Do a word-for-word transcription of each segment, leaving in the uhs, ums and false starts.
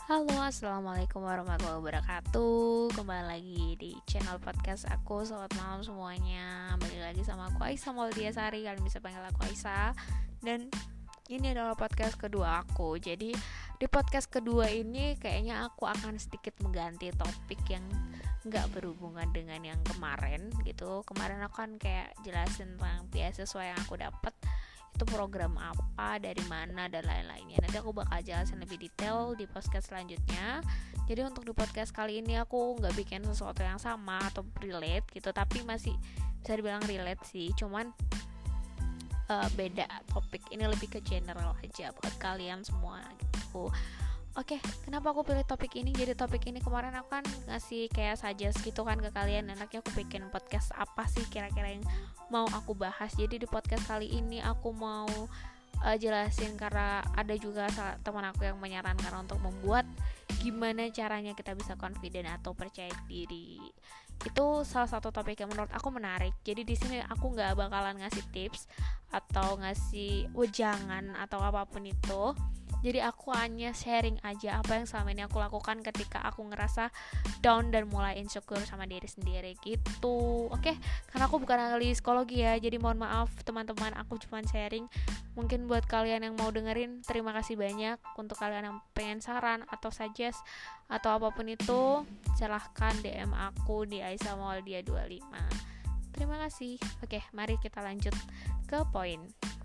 Halo, assalamualaikum warahmatullahi wabarakatuh. Kembali lagi di channel podcast aku. Selamat malam semuanya. Balik lagi sama aku Aisyah Maulidiasari. Kalian bisa panggil aku Aisyah. Dan ini adalah podcast kedua aku. Jadi di podcast kedua ini kayaknya aku akan sedikit mengganti topik yang nggak berhubungan dengan yang kemarin gitu. Kemarin aku kan kayak jelasin tentang beasiswa yang aku dapat, itu program apa, dari mana, dan lain-lainnya. Nanti aku bakal jelasin lebih detail di podcast selanjutnya. Jadi untuk di podcast kali ini aku nggak bikin sesuatu yang sama atau relate gitu, tapi masih bisa dibilang relate sih, cuman uh, beda topik. Ini lebih ke general aja buat kalian semua gitu. Oke, kenapa aku pilih topik ini? Jadi topik ini kemarin aku kan ngasih kayak suggest gitu kan ke kalian, enaknya aku bikin podcast apa sih kira-kira yang mau aku bahas. Jadi di podcast kali ini aku mau uh, jelasin, karena ada juga teman aku yang menyarankan untuk membuat gimana caranya kita bisa confident atau percaya diri. Itu salah satu topik yang menurut aku menarik. Jadi di sini aku nggak bakalan ngasih tips atau ngasih wejangan atau apapun itu. Jadi aku hanya sharing aja apa yang selama ini aku lakukan ketika aku ngerasa down dan mulai insecure sama diri sendiri gitu. Oke, karena aku bukan ahli psikologi ya, jadi mohon maaf teman-teman, aku cuma sharing. Mungkin buat kalian yang mau dengerin, terima kasih banyak. Untuk kalian yang pengen saran atau suggest atau apapun itu, silahkan D M aku di Aisyah Maulia dua puluh lima. Terima kasih. Oke, mari kita lanjut ke poin.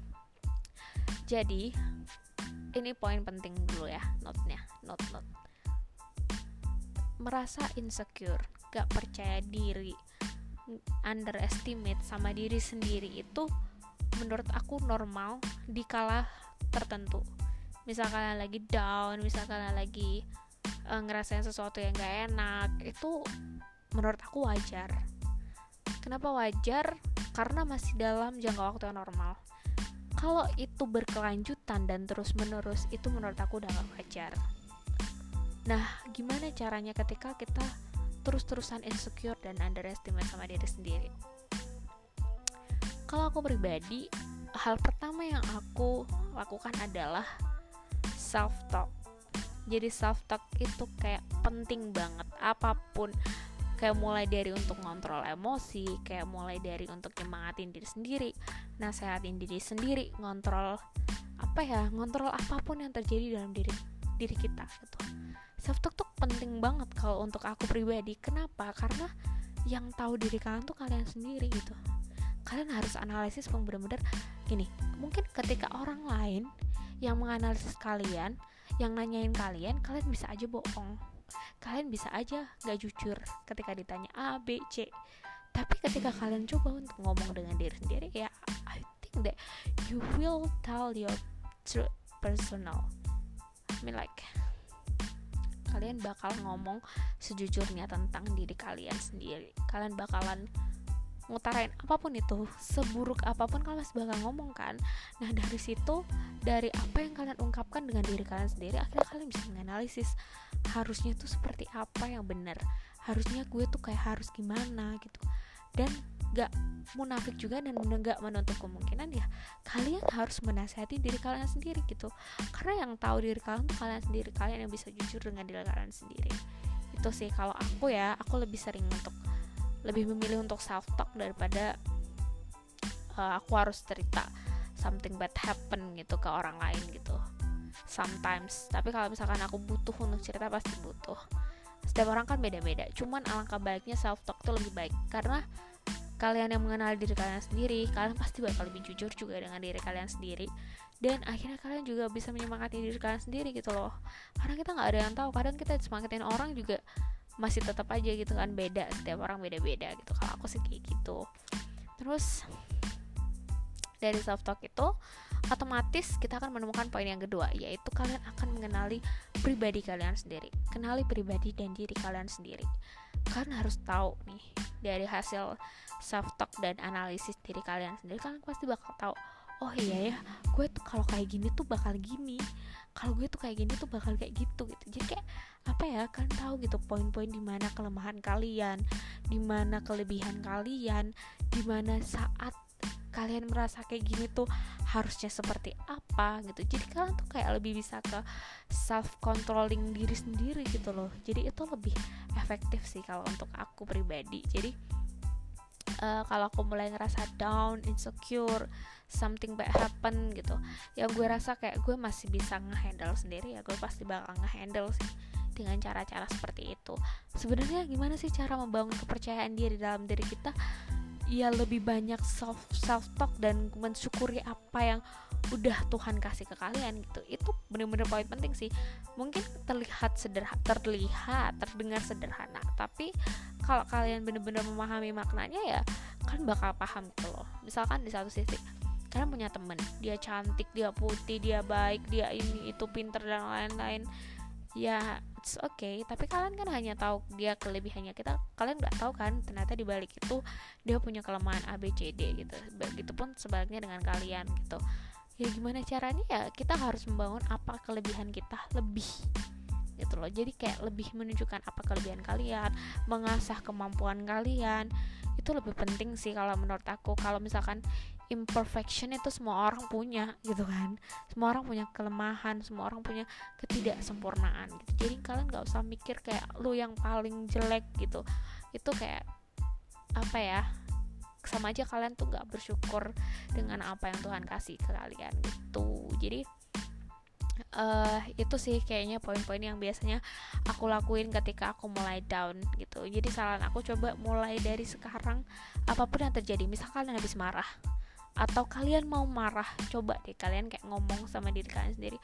Jadi ini poin penting dulu ya, note-nya, note-note. Merasa insecure, gak percaya diri, underestimate sama diri sendiri itu menurut aku normal di kala tertentu. Misal kalian lagi down, misal kalian lagi uh, ngerasain sesuatu yang gak enak, itu menurut aku wajar. Kenapa wajar? Karena masih dalam jangka waktu yang normal. Kalau itu berkelanjutan dan terus menerus, itu menurut aku udah gak wajar. Nah, gimana caranya ketika kita terus-terusan insecure dan underestimate sama diri sendiri? Kalau aku pribadi, hal pertama yang aku lakukan adalah self-talk. Jadi self-talk itu kayak penting banget. Apapun, kayak mulai dari untuk ngontrol emosi, kayak mulai dari untuk nyemangatin diri sendiri, nasehatin diri sendiri, ngontrol apa ya, ngontrol apapun yang terjadi dalam diri diri kita gitu. Self talk tuh penting banget kalau untuk aku pribadi. Kenapa? Karena yang tahu diri kalian tuh kalian sendiri gitu. Kalian harus analisis benar-benar gini. Mungkin ketika orang lain yang menganalisis kalian, yang nanyain kalian, kalian bisa aja bohong. Kalian bisa aja gak jujur ketika ditanya A, B, C. Tapi ketika kalian coba untuk ngomong dengan diri sendiri, ya I think that you will tell your truth personal. I mean like, kalian bakal ngomong sejujurnya tentang diri kalian sendiri. Kalian bakalan ngutarain apapun itu, seburuk apapun kalian masih bakal ngomong kan. Nah dari situ, dari apa yang kalian ungkapkan dengan diri kalian sendiri, akhirnya kalian bisa menganalisis harusnya tuh seperti apa yang benar, harusnya gue tuh kayak harus gimana gitu. Dan gak munafik juga dan gak menutup kemungkinan ya kalian harus menasihati diri kalian sendiri gitu. Karena yang tahu diri kalian tuh kalian sendiri, kalian yang bisa jujur dengan diri kalian sendiri. Itu sih kalau aku ya, aku lebih sering untuk lebih memilih untuk self talk daripada uh, aku harus cerita something bad happen gitu ke orang lain gitu. Sometimes, tapi kalau misalkan aku butuh untuk cerita, pasti butuh. Setiap orang kan beda-beda. Cuman alangkah baiknya self talk tuh lebih baik, karena kalian yang mengenal diri kalian sendiri, kalian pasti bakal lebih jujur juga dengan diri kalian sendiri. Dan akhirnya kalian juga bisa menyemangati diri kalian sendiri gitu loh. Karena kita nggak ada yang tahu. Kadang kita semangatin orang juga masih tetap aja gitu kan, beda, setiap orang beda-beda gitu. Kalau aku sih kayak gitu. Terus dari self talk itu otomatis kita akan menemukan poin yang kedua, yaitu kalian akan mengenali pribadi kalian sendiri. Kenali pribadi dan diri kalian sendiri. Kalian harus tahu nih, dari hasil self talk dan analisis diri kalian sendiri, kalian pasti bakal tahu, oh iya ya, gue tuh kalau kayak gini tuh bakal gini, kalau gue tuh kayak gini tuh bakal kayak gitu gitu. Jadi kayak apa ya, kan tahu gitu poin-poin di mana kelemahan kalian, di mana kelebihan kalian, di mana saat kalian merasa kayak gini tuh harusnya seperti apa gitu. Jadi kalian tuh kayak lebih bisa ke self controlling diri sendiri gitu loh. Jadi itu lebih efektif sih kalau untuk aku pribadi. Jadi uh, kalau aku mulai ngerasa down, insecure, something bad happen gitu, yang gue rasa kayak gue masih bisa ngehandle sendiri, ya gue pasti bakal ngehandle sih dengan cara-cara seperti itu. Sebenarnya gimana sih cara membangun kepercayaan diri dalam diri kita? Ya lebih banyak self self talk dan mensyukuri apa yang udah Tuhan kasih ke kalian gitu. Itu benar-benar poin penting sih. Mungkin terlihat sederhana, terlihat terdengar sederhana, tapi kalau kalian benar-benar memahami maknanya ya kan bakal paham gitu loh. Misalkan di satu sisi kalian punya temen, dia cantik, dia putih, dia baik, dia ini itu pinter dan lain-lain, ya it's okay, tapi kalian kan hanya tahu dia kelebihannya, kita kalian nggak tahu kan ternyata di balik itu dia punya kelemahan A B C D gitu. Begitupun sebaliknya dengan kalian gitu. Ya gimana caranya, ya kita harus membangun apa kelebihan kita lebih gitu loh. Jadi kayak lebih menunjukkan apa kelebihan kalian, mengasah kemampuan kalian, itu lebih penting sih kalau menurut aku. Kalau misalkan imperfection itu semua orang punya gitu kan, semua orang punya kelemahan, semua orang punya ketidaksempurnaan gitu. Jadi kalian gak usah mikir kayak lu yang paling jelek gitu. Itu kayak apa ya, sama aja kalian tuh gak bersyukur dengan apa yang Tuhan kasih ke kalian gitu. Jadi uh, itu sih kayaknya poin-poin yang biasanya aku lakuin ketika aku mulai down gitu. Jadi saran aku, coba mulai dari sekarang, apapun yang terjadi, misalkan kalian habis marah atau kalian mau marah, coba deh kalian kayak ngomong sama diri kalian sendiri,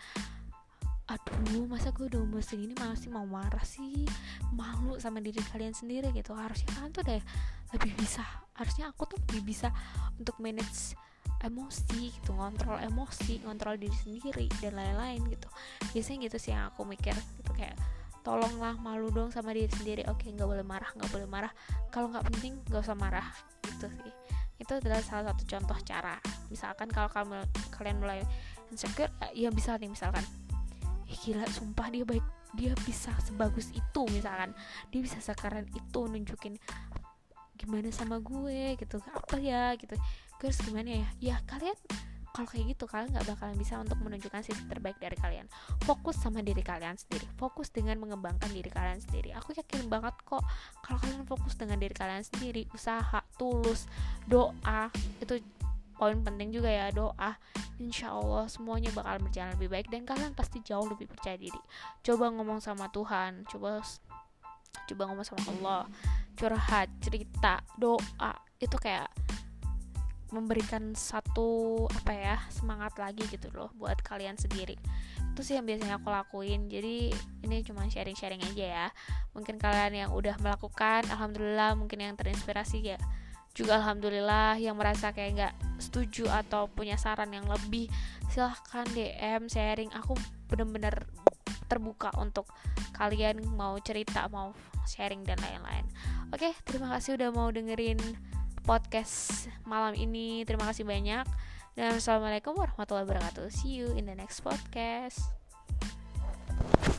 aduh masa gue udah umur segini masih mau marah sih, malu sama diri kalian sendiri gitu. Harusnya kalian tuh deh lebih bisa, harusnya aku tuh lebih bisa untuk manage emosi gitu, ngontrol emosi, ngontrol diri sendiri dan lain-lain gitu. Biasanya gitu sih yang aku mikir gitu, kayak tolonglah malu dong sama diri sendiri. Oke, nggak boleh marah, nggak boleh marah, kalau nggak penting nggak usah marah gitu sih. Itu adalah salah satu contoh cara. Misalkan kalau kamu, kalian mulai insecure, ya bisa nih misalkan, eh gila sumpah dia baik, dia bisa sebagus itu, misalkan dia bisa sekeren itu nunjukin gimana sama gue gitu, apa ya gitu, gue harus gimana ya. Ya kalian kalau kayak gitu kalian gak bakalan bisa untuk menunjukkan sisi terbaik dari kalian. Fokus sama diri kalian sendiri, fokus dengan mengembangkan diri kalian sendiri. Aku yakin banget kok kalau kalian fokus dengan diri kalian sendiri, usaha, tulus, doa, itu poin penting juga ya, doa, insya Allah semuanya bakal berjalan lebih baik dan kalian pasti jauh lebih percaya diri. Coba ngomong sama Tuhan, coba coba ngomong sama Allah, curhat, cerita, doa, itu kayak memberikan satu apa ya, semangat lagi gitu loh buat kalian sendiri. Itu sih yang biasanya aku lakuin. Jadi ini cuma sharing-sharing aja ya. Mungkin kalian yang udah melakukan, alhamdulillah. Mungkin yang terinspirasi ya juga alhamdulillah. Yang merasa kayak gak setuju atau punya saran yang lebih, silahkan D M sharing. Aku bener-bener terbuka untuk kalian mau cerita, mau sharing dan lain-lain. Oke, terima kasih udah mau dengerin podcast malam ini. Terima kasih banyak dan assalamualaikum warahmatullahi wabarakatuh. See you in the next podcast.